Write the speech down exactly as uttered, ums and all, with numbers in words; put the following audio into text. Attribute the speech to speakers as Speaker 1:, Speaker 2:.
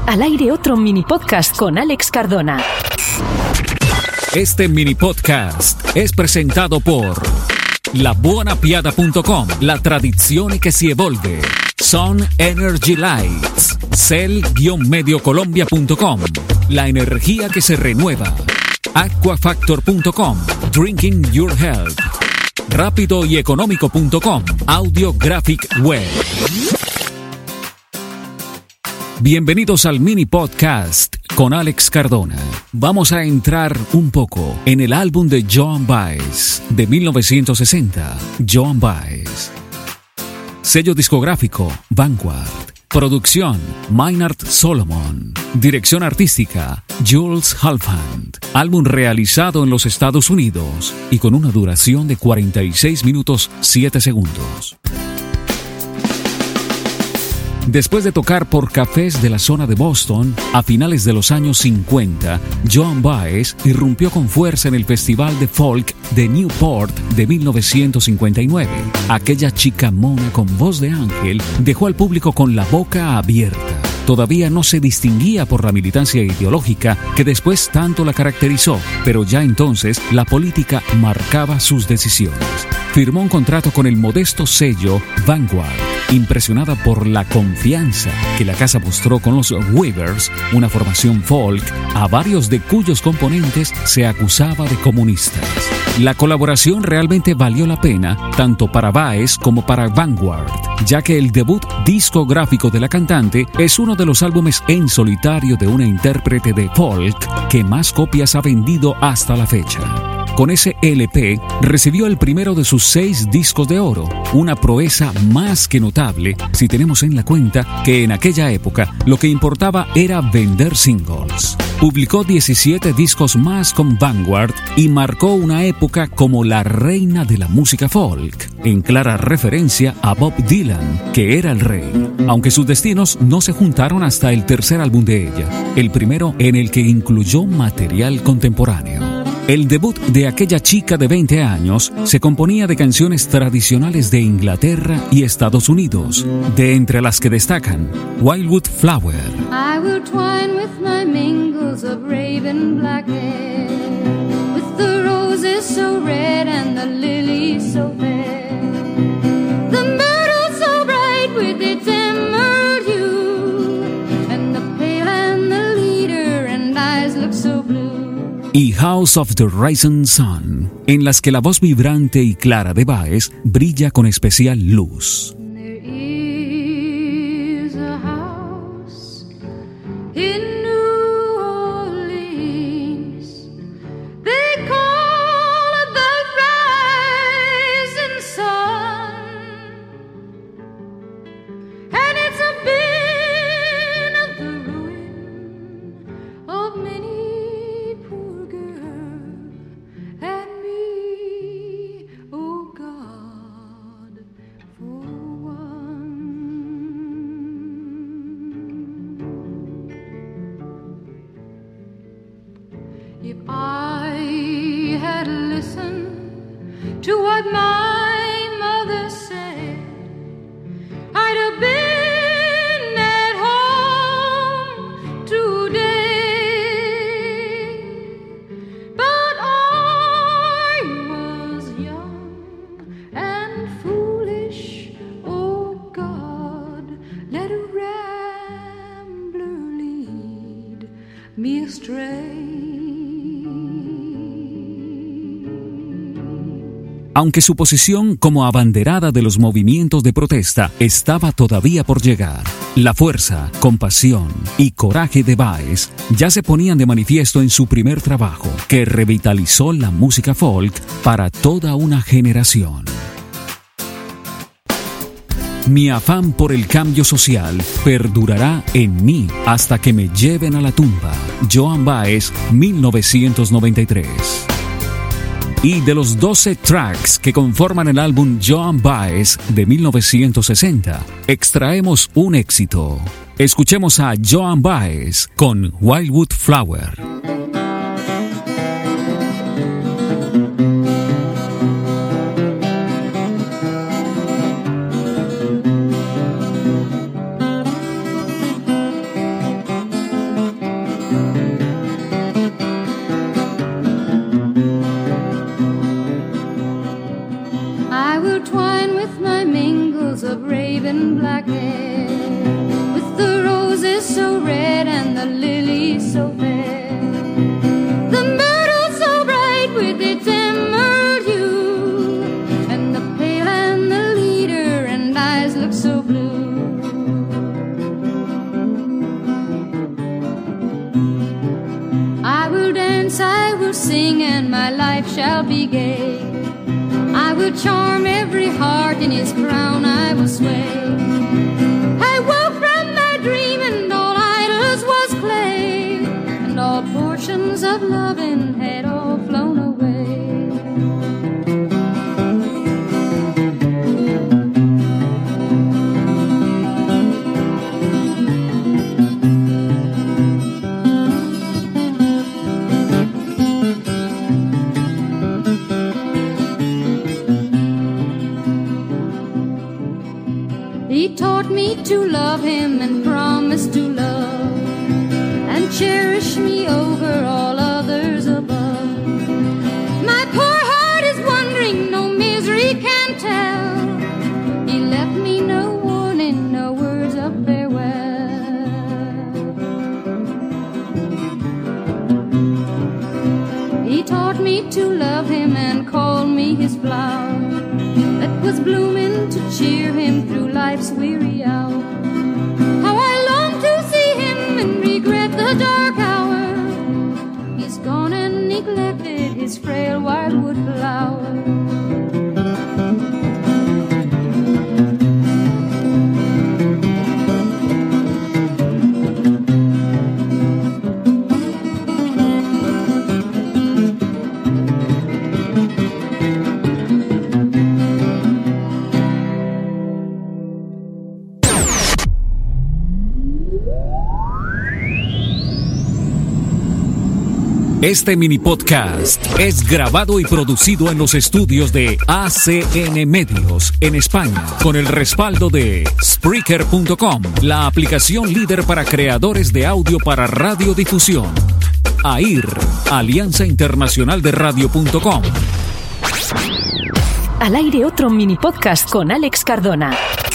Speaker 1: Al aire otro mini podcast con Alex Cardona.
Speaker 2: Este mini podcast es presentato por la buona piada punto com, la tradizione che si evolve, Sun Energy Lights, cel colombia punto com, la energía que se renueva, aquafactor punto com, drinking your health, rápido y económico punto com, Audio Graphic Web. Bienvenidos al mini podcast con Alex Cardona. Vamos a entrar un poco en el álbum de Joan Baez de mil novecientos sesenta, Joan Baez. Sello discográfico, Vanguard. Producción, Maynard Solomon. Dirección artística, Jules Halfand. Álbum realizado en los Estados Unidos y con una duración de cuarenta y seis minutos siete segundos. Después de tocar por cafés de la zona de Boston, a finales de los años cincuenta, Joan Baez irrumpió con fuerza en el Festival de Folk de Newport de mil novecientos cincuenta y nueve. Aquella chica mona con voz de ángel dejó al público con la boca abierta. Todavía no se distinguía por la militancia ideológica que después tanto la caracterizó, pero ya entonces la política marcaba sus decisiones. Firmó un contrato con el modesto sello Vanguard. Impresionada por la confianza que la casa mostró con los Weavers, una formación folk, a varios de cuyos componentes se acusaba de comunistas. La colaboración realmente valió la pena, tanto para Baez como para Vanguard, ya que el debut discográfico de la cantante es uno de los álbumes en solitario de una intérprete de folk que más copias ha vendido hasta la fecha. Con ese L P recibió el primero de sus seis discos de oro, una proeza más que notable si tenemos en la cuenta que en aquella época lo que importaba era vender singles. Publicó diecisiete discos más con Vanguard y marcó una época como la reina de la música folk, en clara referencia a Bob Dylan, que era el rey, aunque sus destinos no se juntaron hasta el tercer álbum de ella, el primero en el que incluyó material contemporáneo. El debut de aquella chica de veinte años se componía de canciones tradicionales de Inglaterra y Estados Unidos, de entre las que destacan Wildwood Flower.
Speaker 3: I will twine with my mingles of raven black hair, with the roses so red and the lilies so fair, the myrtle so bright with its emerald hue, and the pale and the leader and eyes look so blue.
Speaker 2: Y House of the Rising Sun, en las que la voz vibrante y clara de Baez brilla con especial luz.
Speaker 3: There is a house in New Orleans, they call it the Rising Sun, and it's a been of the ruin of many if I had listened to what my mother said, I'd have been at home today. But I was young and foolish, oh God, let a rambler lead me astray.
Speaker 2: Aunque su posición como abanderada de los movimientos de protesta estaba todavía por llegar, la fuerza, compasión y coraje de Baez ya se ponían de manifiesto en su primer trabajo, que revitalizó la música folk para toda una generación. Mi afán por el cambio social perdurará en mí hasta que me lleven a la tumba. Joan Baez, mil novecientos noventa y tres. Y de los doce tracks que conforman el álbum Joan Baez de mil novecientos sesenta, extraemos un éxito. Escuchemos a Joan Baez con Wildwood Flower.
Speaker 3: dance, I will sing, and my life shall be gay. I will charm every heart, in his crown I will sway. I woke from my dream, and all idols was clay, and all portions of loving had all flown away. He taught me to love him and promised to love and cherish me over all others above. My poor heart is wondering, no misery can tell. He left me no warning, no words of farewell. He taught me to love him and called me his flower that was blooming to cheer him through life's weary hour. How I long to see him and regret the dark hour. He's gone and neglected his frail wildwood flower.
Speaker 2: Este mini podcast es grabado y producido en los estudios de A C N Medios en España, con el respaldo de Spreaker punto com, la aplicación líder para creadores de audio para radiodifusión. A I R, Alianza Internacional de Radio punto com.
Speaker 1: Al aire otro mini podcast con Alex Cardona.